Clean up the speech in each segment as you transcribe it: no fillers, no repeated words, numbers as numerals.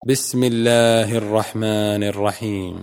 بسم الله الرحمن الرحيم.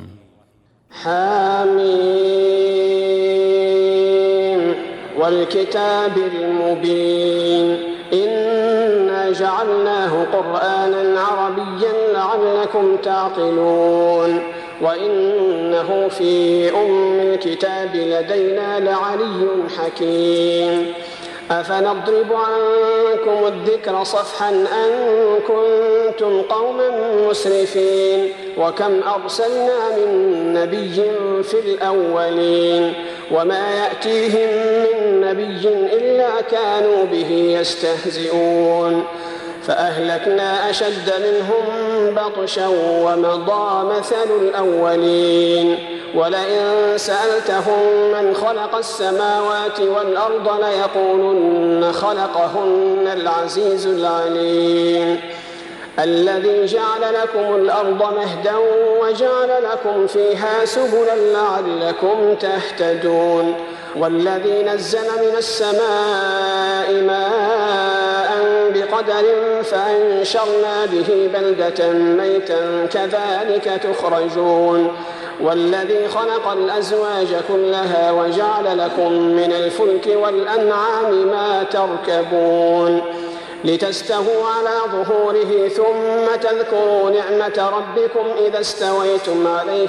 حميم والكتاب المبين إنا جعلناه قرآنا عربيا لعلكم تعقلون وإنه في الكتاب لدينا لعلي حكيم أفنضرب عنكم الذكر صفحا أن كنتم قوما مسرفين وكم أرسلنا من نبي في الأولين وما يأتيهم من نبي إلا كانوا به يستهزئون فأهلكنا أشد منهم بطشا ومضى مثل الأولين ولئن سألتهم من خلق السماوات والأرض ليقولن خلقهن العزيز العليم الذي جعل لكم الأرض مهدا وجعل لكم فيها سبلا لعلكم تهتدون والذي نزل من السماء ماء بقدر فأنشرنا به بلدة ميتا كذلك تخرجون والذي خلق الأزواج كلها وجعل لكم من الفلك والأنعام ما تركبون لتستووا على ظهوره ثم تذكروا نعمة ربكم إذا استويتم عليه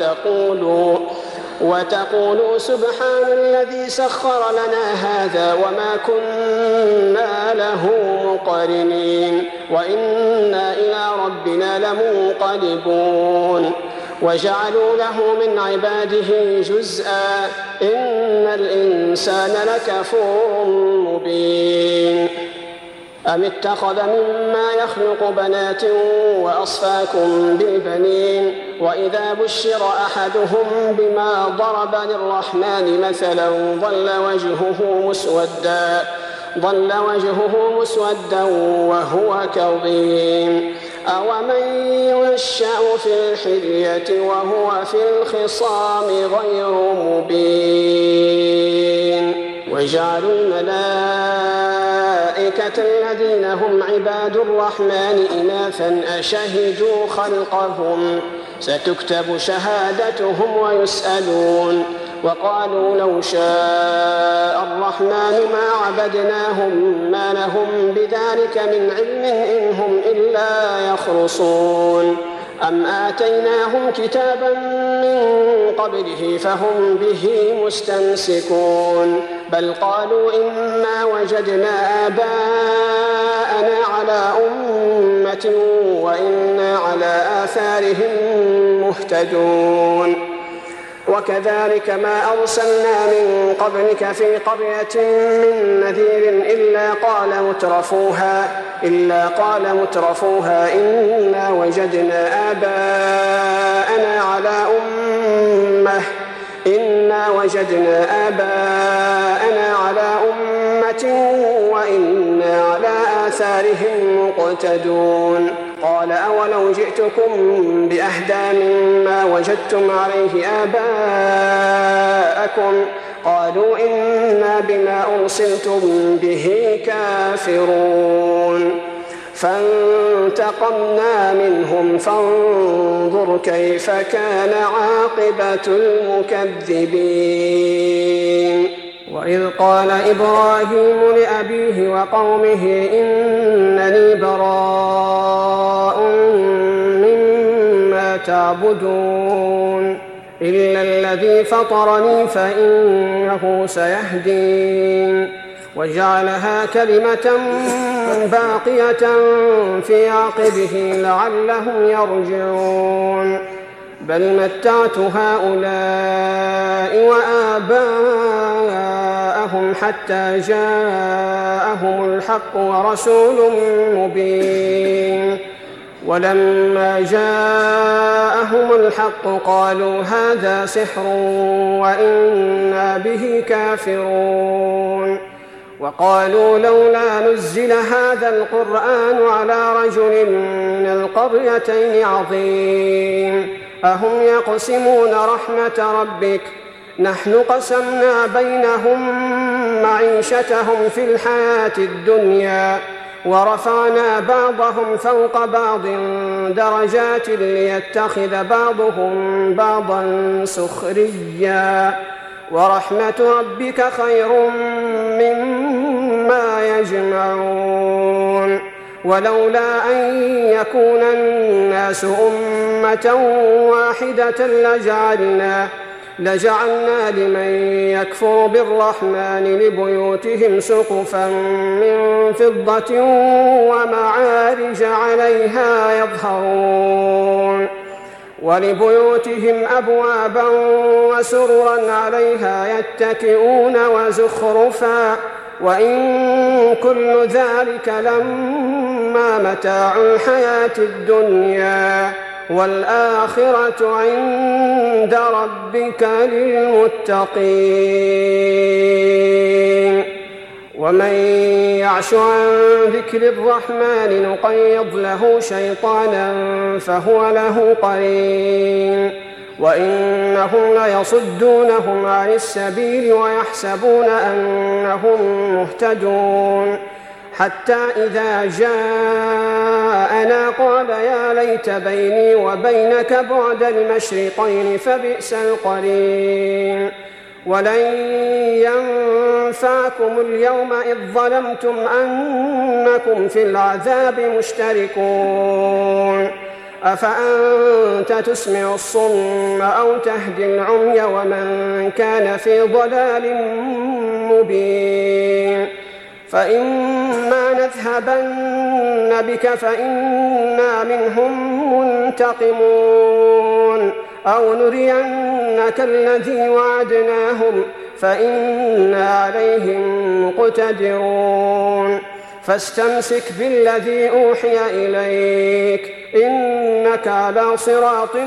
وتقولوا سبحان الذي سخر لنا هذا وما كنا له مقرنين وإنا إلى ربنا لمنقلبون وجعلوا له من عباده جزءا إن الإنسان لكفور مبين أم اتخذ مما يخلق بنات وأصفاكم بالبنين وإذا بشر أحدهم بما ضرب للرحمن مثلا ظل وجهه مسودا وهو كظيم أومن ينشأ في الحلية وهو في الخصام غير مبين وجعلوا الملائكة الذين هم عباد الرحمن إناثا أشهدوا خلقهم ستكتب شهادتهم ويسألون وقالوا لو شاء الرحمن ما عبدناهم ما لهم بذلك من علم إن هم إلا يخرصون أم آتيناهم كتابا من قبله فهم به مستمسكون بل قالوا إنا وجدنا آباءنا على أمة وإنا على آثارهم مهتدون وكذلك ما أرسلنا من قبلك في قرية من نذير إلا قال مترفوها إنا وجدنا آباءنا على أمة وإنا على آثارهم مقتدون قال أولو جئتكم بأهدى مما وجدتم عليه آباءكم قالوا إنا بما أرسلتم به كافرون فانتقمنا منهم فانظر كيف كان عاقبة المكذبين وإذ قال إبراهيم لأبيه وقومه إنني براء مما تعبدون إلا الذي فطرني فإنه سيهدين وجعلها كلمة باقية في عقبه لعلهم يرجعون بل متعت هؤلاء وآباءهم حتى جاءهم الحق ورسول مبين ولما جاءهم الحق قالوا هذا سحر وإنا به كافرون وقالوا لولا نزل هذا القرآن على رجل من القريتين عظيم أهم يقسمون رحمة ربك نحن قسمنا بينهم معيشتهم في الحياة الدنيا ورفعنا بعضهم فوق بعض درجات ليتخذ بعضهم بعضا سخريا ورحمة ربك خير مما يجمعون ولولا أن يكون الناس أمة واحدة لجعلنا لمن يكفر بالرحمن لبيوتهم سقفا من فضة ومعارج عليها يظهرون ولبيوتهم أبوابا وسررا عليها يتكئون وزخرفا وإن كل ذلك لما متاع الحياة الدنيا والآخرة عند ربك للمتقين ومن يعش عن ذكر الرحمن نقيض له شيطانا فهو له قرين وإنهم ليصدونهم عن السبيل ويحسبون أنهم مهتدون حتى إذا جاءنا قال يا ليت بيني وبينك بعد المشرقين فبئس القرين ولن ينفعكم اليوم إذ ظلمتم أنكم في العذاب مشتركون أفأنت تسمع الصم أو تهدي العمي ومن كان في ضلال مبين فإما نذهبن بك فإنا منهم منتقمون أو نرينك الذي وعدناهم فإنا عليهم مقتدرون فاستمسك بالذي أوحي إليك إنك على صراط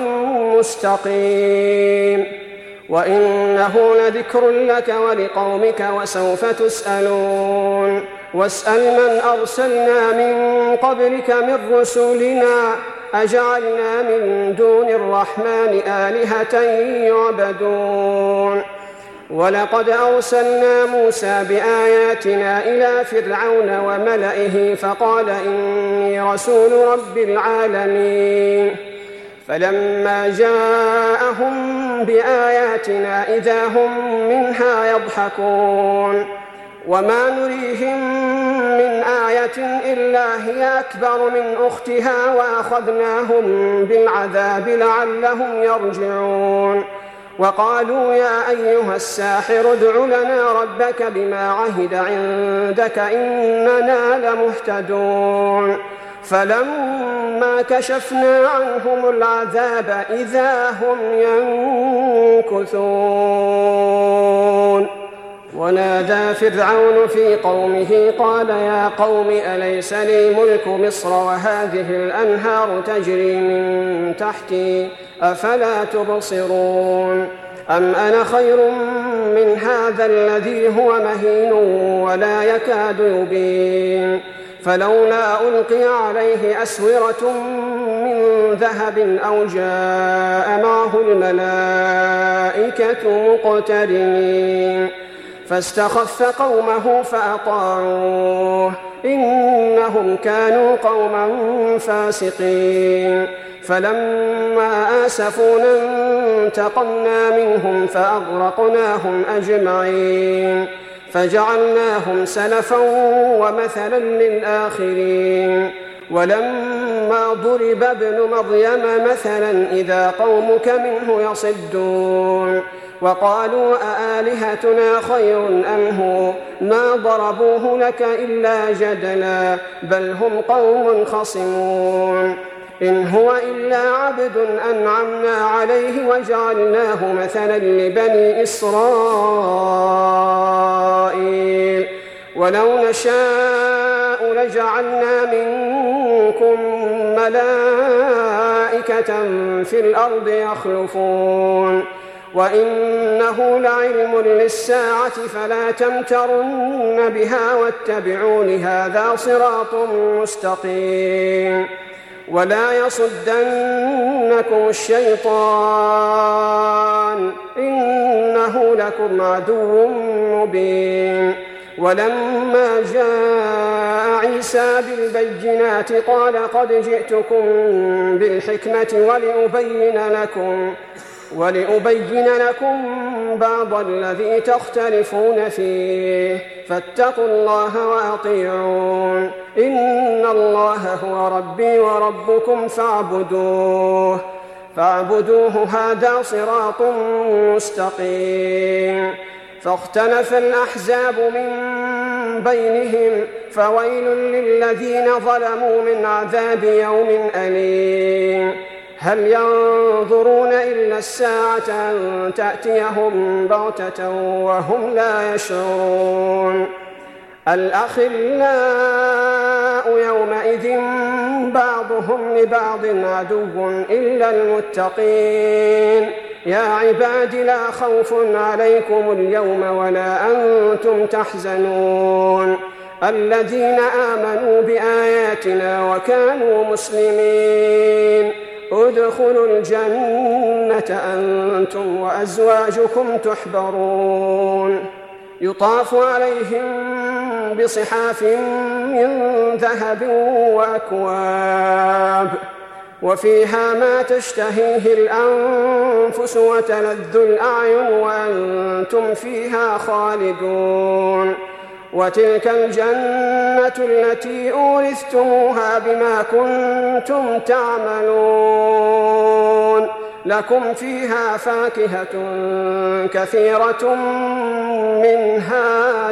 مستقيم وإنه لذكر لك ولقومك وسوف تسألون واسأل من أرسلنا من قبلك من رسلنا أجعلنا من دون الرحمن آلهة يعبدون ولقد أرسلنا موسى بآياتنا إلى فرعون وملئه فقال إني رسول رب العالمين فلما جاءهم بآياتنا إذا هم منها يضحكون وما نريهم من آية إلا هي أكبر من أختها وأخذناهم بالعذاب لعلهم يرجعون وقالوا يا أيها الساحر ادع لنا ربك بما عهد عندك إننا لمهتدون فلما كشفنا عنهم العذاب إذا هم ينكثون ونادى فرعون في قومه قال يا قوم أليس لي ملك مصر وهذه الأنهار تجري من تحتي أفلا تبصرون أم أنا خير من هذا الذي هو مهين ولا يكاد يبين فلولا ألقي عليه أسورة من ذهب أو جاء معه الملائكة مقترنين فاستخف قومه فأطاعوه إنهم كانوا قوما فاسقين فلما آسفونا انتقمنا منهم فأغرقناهم أجمعين فجعلناهم سلفا ومثلا للآخرين ولما ضرب ابن مريم مثلا إذا قومك منه يصدون وقالوا أآلهتنا خير أم هو ما ضربوه لك إلا جدلا بل هم قوم خصمون إن هو إلا عبد أنعمنا عليه وجعلناه مثلا لبني إسرائيل ولو نشاء لجعلنا منكم ملائكة في الأرض يخلفون وإنه لعلم للساعة فلا تمترن بها واتبعون هذا صراط مستقيم ولا يصدنكم الشيطان إنه لكم عدو مبين ولما جاء عيسى بالبينات قال قد جئتكم بالحكمة ولأبين لكم بعض الذي تختلفون فيه فاتقوا الله وأطيعون إن الله هو ربي وربكم فاعبدوه هذا صراط مستقيم. فاختلف الأحزاب من بينهم فويل للذين ظلموا من عذاب يوم أليم. هل ينظرون إلا الساعة أن تأتيهم بغتة وهم لا يشعرون. الأخلاء يومئذ بعضهم لبعض عدو إلا المتقين. يا عباد لا خوف عليكم اليوم ولا أنتم تحزنون الذين آمنوا بآياتنا وكانوا مسلمين ادخلوا الجنة أنتم وأزواجكم تحبرون يطاف عليهم بصحاف من ذهب وأكواب وفيها ما تشتهيه الأنفس وتلذ الأعين وأنتم فيها خالدون. وتلك الجنة التي أورثتموها بما كنتم تعملون لكم فيها فاكهة كثيرة منها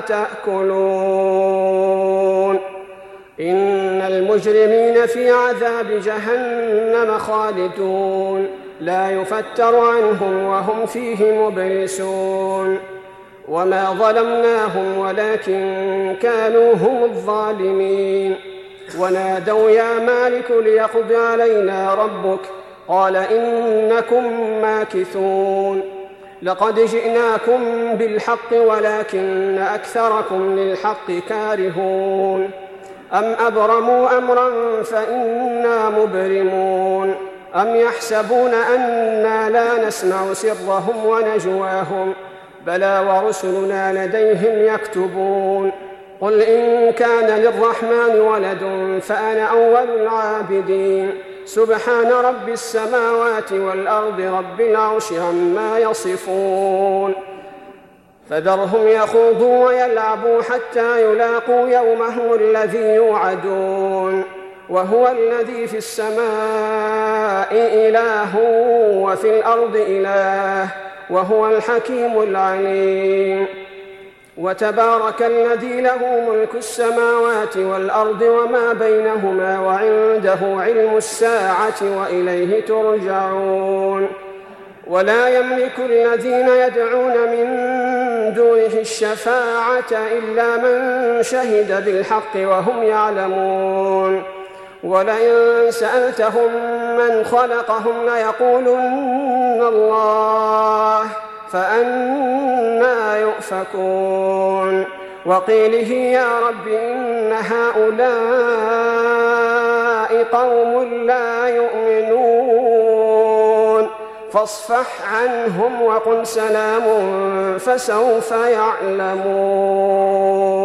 تأكلون. إن المجرمين في عذاب جهنم خالدون لا يفتر عنهم وهم فيه مبلسون. وما ظلمناهم ولكن كانوا هم الظالمين. ونادوا يا مالك ليقض علينا ربك قال إنكم ماكثون. لقد جئناكم بالحق ولكن أكثركم للحق كارهون. أم أبرموا أمرا فإنا مبرمون. أم يحسبون أنا لا نسمع سرهم ونجواهم بلى ورسلنا لديهم يكتبون. قل إن كان للرحمن ولد فأنا أول العابدين. سبحان رب السماوات والأرض رب العرش عما يصفون. فذرهم يخوضوا ويلعبوا حتى يلاقوا يومهم الذي يوعدون. وهو الذي في السماء إله وفي الأرض إله وهو الحكيم العليم. وتبارك الذي له ملك السماوات والأرض وما بينهما وعنده علم الساعة وإليه ترجعون. ولا يملك الذين يدعون من دونه الشفاعة إلا من شهد بالحق وهم يعلمون. ولئن سألتهم من خلقهم ليقولن الله فأنى يؤفكون. وقيله يا رب إن هؤلاء قوم لا يؤمنون فاصفح عنهم وقل سلام فسوف يعلمون.